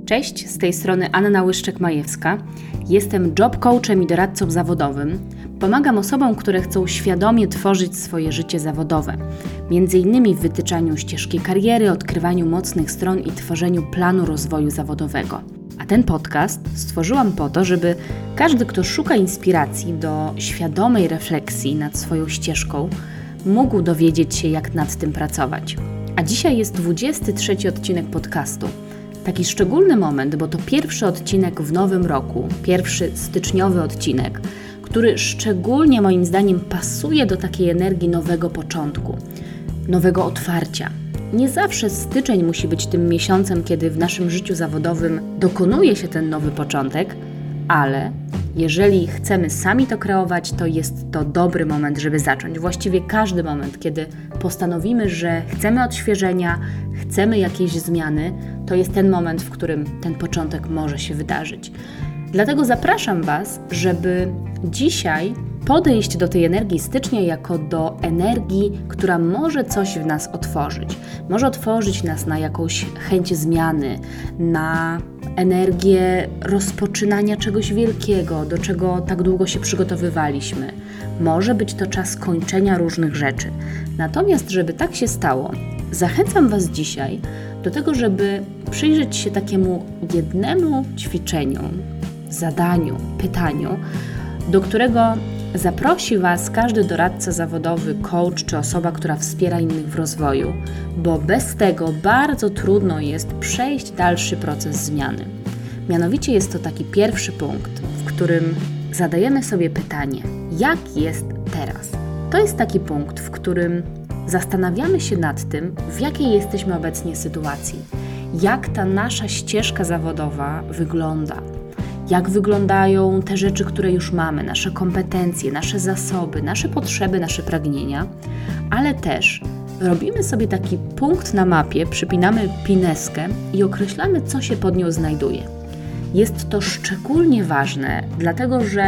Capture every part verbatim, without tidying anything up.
Cześć, z tej strony Anna Łyszczek-Majewska. Jestem job coachem i doradcą zawodowym. Pomagam osobom, które chcą świadomie tworzyć swoje życie zawodowe. Między innymi w wytyczaniu ścieżki kariery, odkrywaniu mocnych stron i tworzeniu planu rozwoju zawodowego. A ten podcast stworzyłam po to, żeby każdy, kto szuka inspiracji do świadomej refleksji nad swoją ścieżką, mógł dowiedzieć się, jak nad tym pracować. A dzisiaj jest dwudziesty trzeci odcinek podcastu. Taki szczególny moment, bo to pierwszy odcinek w nowym roku, pierwszy styczniowy odcinek, który szczególnie moim zdaniem pasuje do takiej energii nowego początku, nowego otwarcia. Nie zawsze styczeń musi być tym miesiącem, kiedy w naszym życiu zawodowym dokonuje się ten nowy początek, ale jeżeli chcemy sami to kreować, to jest to dobry moment, żeby zacząć. Właściwie każdy moment, kiedy postanowimy, że chcemy odświeżenia, chcemy jakiejś zmiany, to jest ten moment, w którym ten początek może się wydarzyć. Dlatego zapraszam Was, żeby dzisiaj podejść do tej energii stycznia jako do energii, która może coś w nas otworzyć. Może otworzyć nas na jakąś chęć zmiany, na energię rozpoczynania czegoś wielkiego, do czego tak długo się przygotowywaliśmy. Może być to czas kończenia różnych rzeczy. Natomiast, żeby tak się stało, zachęcam Was dzisiaj do tego, żeby przyjrzeć się takiemu jednemu ćwiczeniu, zadaniu, pytaniu, do którego zaprosi Was każdy doradca zawodowy, coach czy osoba, która wspiera innych w rozwoju, bo bez tego bardzo trudno jest przejść dalszy proces zmiany. Mianowicie jest to taki pierwszy punkt, w którym zadajemy sobie pytanie, jak jest teraz? To jest taki punkt, w którym zastanawiamy się nad tym, w jakiej jesteśmy obecnie sytuacji, jak ta nasza ścieżka zawodowa wygląda. Jak wyglądają te rzeczy, które już mamy, nasze kompetencje, nasze zasoby, nasze potrzeby, nasze pragnienia, ale też robimy sobie taki punkt na mapie, przypinamy pineskę i określamy, co się pod nią znajduje. Jest to szczególnie ważne, dlatego że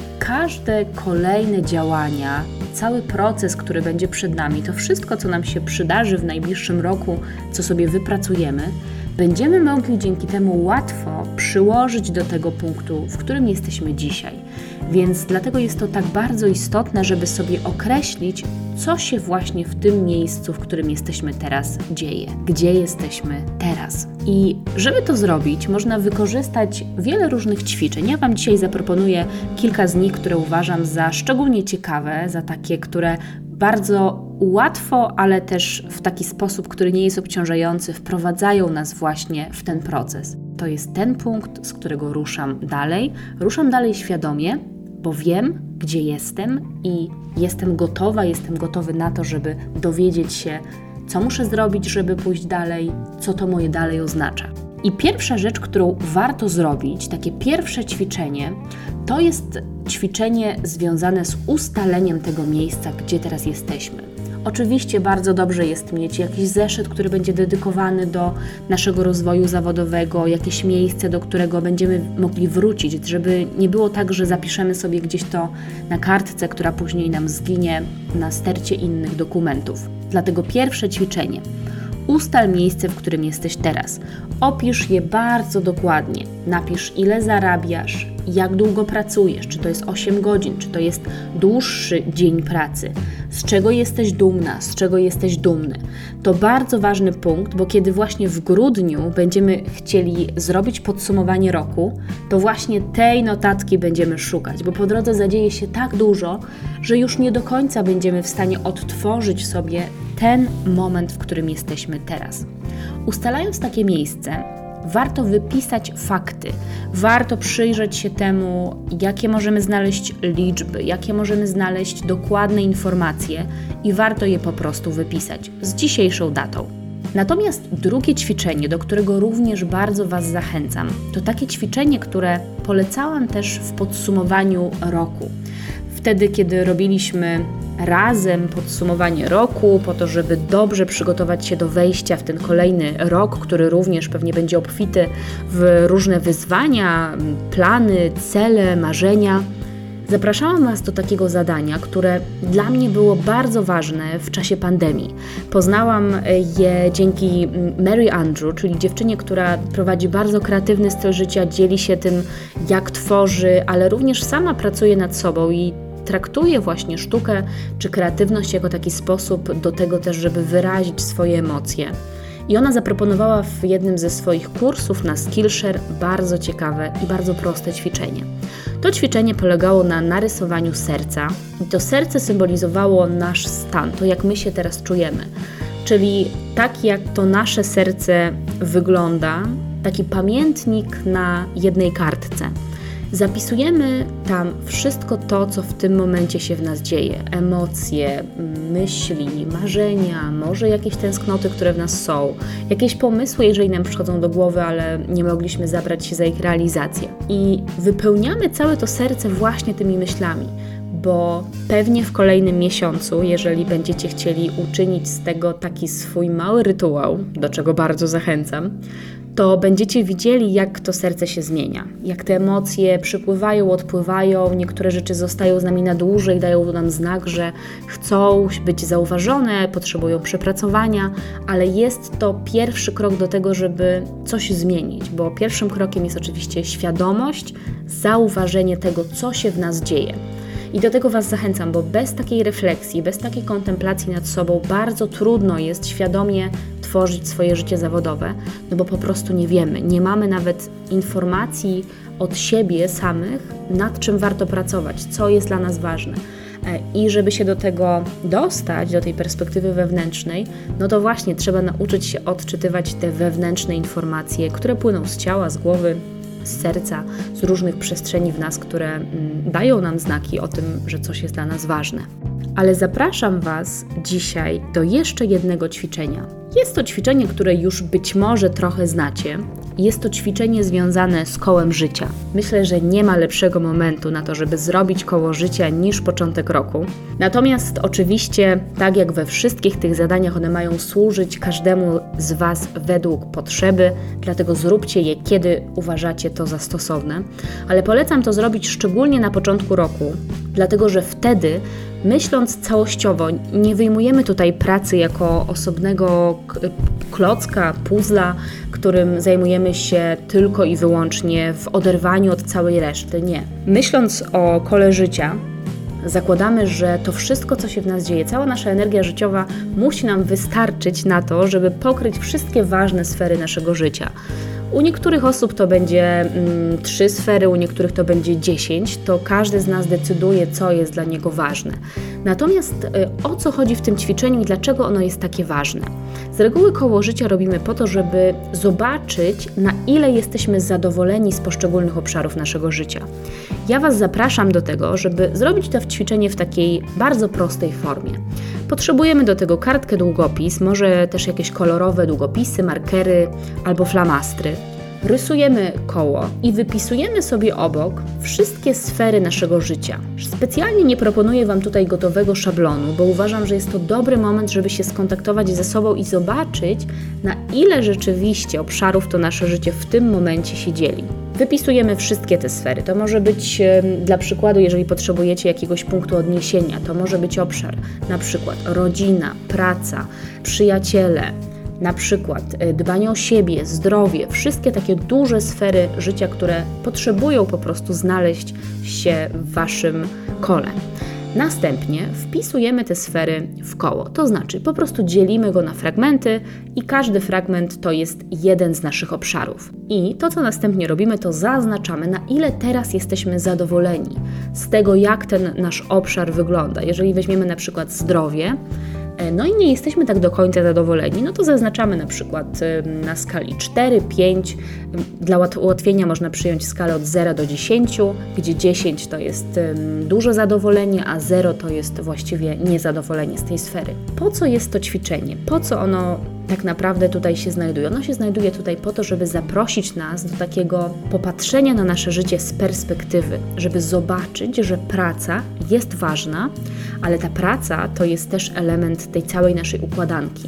każde kolejne działania, cały proces, który będzie przed nami, to wszystko, co nam się przydarzy w najbliższym roku, co sobie wypracujemy, będziemy mogli dzięki temu łatwo przyłożyć do tego punktu, w którym jesteśmy dzisiaj. Więc dlatego jest to tak bardzo istotne, żeby sobie określić, co się właśnie w tym miejscu, w którym jesteśmy teraz, dzieje. Gdzie jesteśmy teraz. I żeby to zrobić, można wykorzystać wiele różnych ćwiczeń. Ja Wam dzisiaj zaproponuję kilka z nich, które uważam za szczególnie ciekawe, za takie, które bardzo łatwo, ale też w taki sposób, który nie jest obciążający, wprowadzają nas właśnie w ten proces. To jest ten punkt, z którego ruszam dalej. Ruszam dalej świadomie, bo wiem, gdzie jestem i jestem gotowa, jestem gotowy na to, żeby dowiedzieć się, co muszę zrobić, żeby pójść dalej, co to moje dalej oznacza. I pierwsza rzecz, którą warto zrobić, takie pierwsze ćwiczenie, to jest ćwiczenie związane z ustaleniem tego miejsca, gdzie teraz jesteśmy. Oczywiście bardzo dobrze jest mieć jakiś zeszyt, który będzie dedykowany do naszego rozwoju zawodowego, jakieś miejsce, do którego będziemy mogli wrócić, żeby nie było tak, że zapiszemy sobie gdzieś to na kartce, która później nam zginie na stercie innych dokumentów. Dlatego pierwsze ćwiczenie. Ustal miejsce, w którym jesteś teraz. Opisz je bardzo dokładnie. Napisz, ile zarabiasz, jak długo pracujesz, czy to jest osiem godzin, czy to jest dłuższy dzień pracy, z czego jesteś dumna, z czego jesteś dumny. To bardzo ważny punkt, bo kiedy właśnie w grudniu będziemy chcieli zrobić podsumowanie roku, to właśnie tej notatki będziemy szukać, bo po drodze zadzieje się tak dużo, że już nie do końca będziemy w stanie odtworzyć sobie ten moment, w którym jesteśmy teraz. Ustalając takie miejsce, warto wypisać fakty, warto przyjrzeć się temu, jakie możemy znaleźć liczby, jakie możemy znaleźć dokładne informacje i warto je po prostu wypisać z dzisiejszą datą. Natomiast drugie ćwiczenie, do którego również bardzo Was zachęcam, to takie ćwiczenie, które polecałam też w podsumowaniu roku. Wtedy, kiedy robiliśmy razem podsumowanie roku, po to, żeby dobrze przygotować się do wejścia w ten kolejny rok, który również pewnie będzie obfity w różne wyzwania, plany, cele, marzenia. Zapraszałam Was do takiego zadania, które dla mnie było bardzo ważne w czasie pandemii. Poznałam je dzięki Mary Andrew, czyli dziewczynie, która prowadzi bardzo kreatywny styl życia, dzieli się tym, jak tworzy, ale również sama pracuje nad sobą i traktuje właśnie sztukę czy kreatywność jako taki sposób do tego też, żeby wyrazić swoje emocje. I ona zaproponowała w jednym ze swoich kursów na Skillshare bardzo ciekawe i bardzo proste ćwiczenie. To ćwiczenie polegało na narysowaniu serca i to serce symbolizowało nasz stan, to jak my się teraz czujemy. Czyli tak jak to nasze serce wygląda, taki pamiętnik na jednej kartce. Zapisujemy tam wszystko to, co w tym momencie się w nas dzieje. Emocje, myśli, marzenia, może jakieś tęsknoty, które w nas są, jakieś pomysły, jeżeli nam przychodzą do głowy, ale nie mogliśmy zabrać się za ich realizację. I wypełniamy całe to serce właśnie tymi myślami, bo pewnie w kolejnym miesiącu, jeżeli będziecie chcieli uczynić z tego taki swój mały rytuał, do czego bardzo zachęcam, to będziecie widzieli, jak to serce się zmienia, jak te emocje przypływają, odpływają, niektóre rzeczy zostają z nami na dłużej, dają nam znak, że chcą być zauważone, potrzebują przepracowania, ale jest to pierwszy krok do tego, żeby coś zmienić, bo pierwszym krokiem jest oczywiście świadomość, zauważenie tego, co się w nas dzieje. I do tego Was zachęcam, bo bez takiej refleksji, bez takiej kontemplacji nad sobą bardzo trudno jest świadomie tworzyć swoje życie zawodowe, no bo po prostu nie wiemy, nie mamy nawet informacji od siebie samych, nad czym warto pracować, co jest dla nas ważne. I żeby się do tego dostać, do tej perspektywy wewnętrznej, no to właśnie trzeba nauczyć się odczytywać te wewnętrzne informacje, które płyną z ciała, z głowy, z serca, z różnych przestrzeni w nas, które dają nam znaki o tym, że coś jest dla nas ważne. Ale zapraszam Was dzisiaj do jeszcze jednego ćwiczenia. Jest to ćwiczenie, które już być może trochę znacie. Jest to ćwiczenie związane z kołem życia. Myślę, że nie ma lepszego momentu na to, żeby zrobić koło życia niż początek roku. Natomiast oczywiście, tak jak we wszystkich tych zadaniach, one mają służyć każdemu z Was według potrzeby, dlatego zróbcie je, kiedy uważacie to za stosowne. Ale polecam to zrobić szczególnie na początku roku, dlatego że wtedy, myśląc całościowo, nie wyjmujemy tutaj pracy jako osobnego klocka, puzzla, którym zajmujemy się tylko i wyłącznie w oderwaniu od całej reszty. Nie. Myśląc o kole życia, zakładamy, że to wszystko, co się w nas dzieje, cała nasza energia życiowa musi nam wystarczyć na to, żeby pokryć wszystkie ważne sfery naszego życia. U niektórych osób to będzie mm, trzy sfery, u niektórych to będzie dziesięć, to każdy z nas decyduje, co jest dla niego ważne. Natomiast y, o co chodzi w tym ćwiczeniu i dlaczego ono jest takie ważne? Z reguły koło życia robimy po to, żeby zobaczyć, na ile jesteśmy zadowoleni z poszczególnych obszarów naszego życia. Ja Was zapraszam do tego, żeby zrobić to ćwiczenie w takiej bardzo prostej formie. Potrzebujemy do tego kartkę, długopis, może też jakieś kolorowe długopisy, markery albo flamastry. Rysujemy koło i wypisujemy sobie obok wszystkie sfery naszego życia. Specjalnie nie proponuję Wam tutaj gotowego szablonu, bo uważam, że jest to dobry moment, żeby się skontaktować ze sobą i zobaczyć, na ile rzeczywiście obszarów to nasze życie w tym momencie się dzieli. Wypisujemy wszystkie te sfery. To może być, dla przykładu, jeżeli potrzebujecie jakiegoś punktu odniesienia, to może być obszar na przykład rodzina, praca, przyjaciele, na przykład dbanie o siebie, zdrowie, wszystkie takie duże sfery życia, które potrzebują po prostu znaleźć się w Waszym kole. Następnie wpisujemy te sfery w koło, to znaczy po prostu dzielimy go na fragmenty i każdy fragment to jest jeden z naszych obszarów. I to, co następnie robimy, to zaznaczamy, na ile teraz jesteśmy zadowoleni z tego, jak ten nasz obszar wygląda. Jeżeli weźmiemy na przykład zdrowie, no i nie jesteśmy tak do końca zadowoleni, no to zaznaczamy na przykład na skali cztery, pięć. Dla ułatwienia można przyjąć skalę od zera do dziesięciu, gdzie dziesięć to jest duże zadowolenie, a zero to jest właściwie niezadowolenie z tej sfery. Po co jest to ćwiczenie? Po co ono tak naprawdę tutaj się znajduje? Ono się znajduje tutaj po to, żeby zaprosić nas do takiego popatrzenia na nasze życie z perspektywy, żeby zobaczyć, że praca jest ważna, ale ta praca to jest też element tej całej naszej układanki.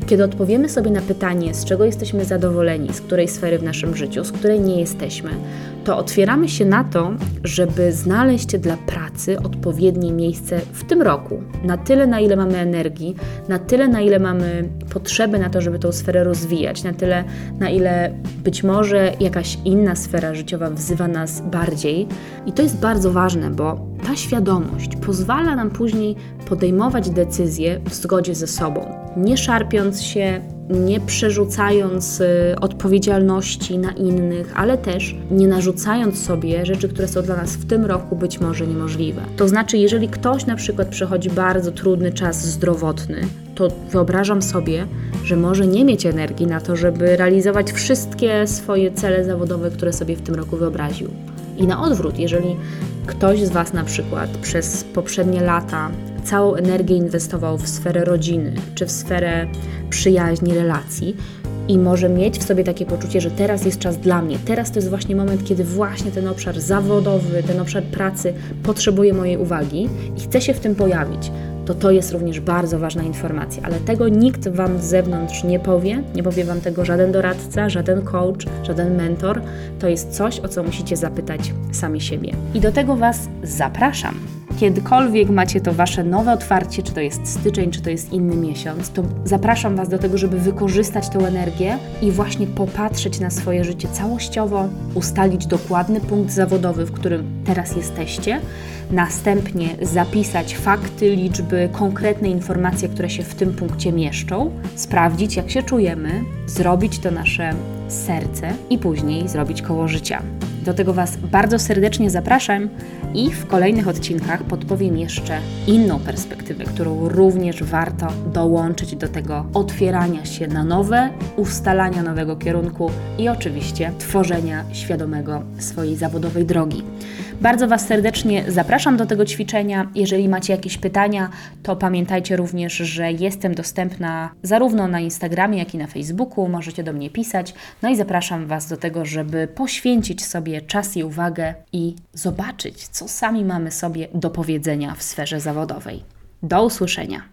Kiedy odpowiemy sobie na pytanie, z czego jesteśmy zadowoleni, z której sfery w naszym życiu, z której nie jesteśmy, to otwieramy się na to, żeby znaleźć dla pracy odpowiednie miejsce w tym roku. Na tyle, na ile mamy energii, na tyle, na ile mamy potrzeby na to, żeby tą sferę rozwijać, na tyle, na ile być może jakaś inna sfera życiowa wzywa nas bardziej. I to jest bardzo ważne, bo ta świadomość pozwala nam później podejmować decyzje w zgodzie ze sobą, nie szarpiąc się, nie przerzucając y, odpowiedzialności na innych, ale też nie narzucając sobie rzeczy, które są dla nas w tym roku być może niemożliwe. To znaczy, jeżeli ktoś na przykład przechodzi bardzo trudny czas zdrowotny, to wyobrażam sobie, że może nie mieć energii na to, żeby realizować wszystkie swoje cele zawodowe, które sobie w tym roku wyobraził. I na odwrót, jeżeli ktoś z Was na przykład przez poprzednie lata całą energię inwestował w sferę rodziny, czy w sferę przyjaźni, relacji i może mieć w sobie takie poczucie, że teraz jest czas dla mnie, teraz to jest właśnie moment, kiedy właśnie ten obszar zawodowy, ten obszar pracy potrzebuje mojej uwagi i chce się w tym pojawić, to to jest również bardzo ważna informacja, ale tego nikt Wam z zewnątrz nie powie, nie powie Wam tego żaden doradca, żaden coach, żaden mentor. To jest coś, o co musicie zapytać sami siebie. I do tego Was zapraszam. Kiedykolwiek macie to Wasze nowe otwarcie, czy to jest styczeń, czy to jest inny miesiąc, to zapraszam Was do tego, żeby wykorzystać tę energię i właśnie popatrzeć na swoje życie całościowo, ustalić dokładny punkt zawodowy, w którym teraz jesteście, następnie zapisać fakty, liczby, konkretne informacje, które się w tym punkcie mieszczą, sprawdzić, jak się czujemy, zrobić to nasze serce i później zrobić koło życia. Do tego Was bardzo serdecznie zapraszam i w kolejnych odcinkach podpowiem jeszcze inną perspektywę, którą również warto dołączyć do tego otwierania się na nowe, ustalania nowego kierunku i oczywiście tworzenia świadomego swojej zawodowej drogi. Bardzo Was serdecznie zapraszam do tego ćwiczenia. Jeżeli macie jakieś pytania, to pamiętajcie również, że jestem dostępna zarówno na Instagramie, jak i na Facebooku. Możecie do mnie pisać. No i zapraszam Was do tego, żeby poświęcić sobie czas i uwagę i zobaczyć, co sami mamy sobie do powiedzenia w sferze zawodowej. Do usłyszenia.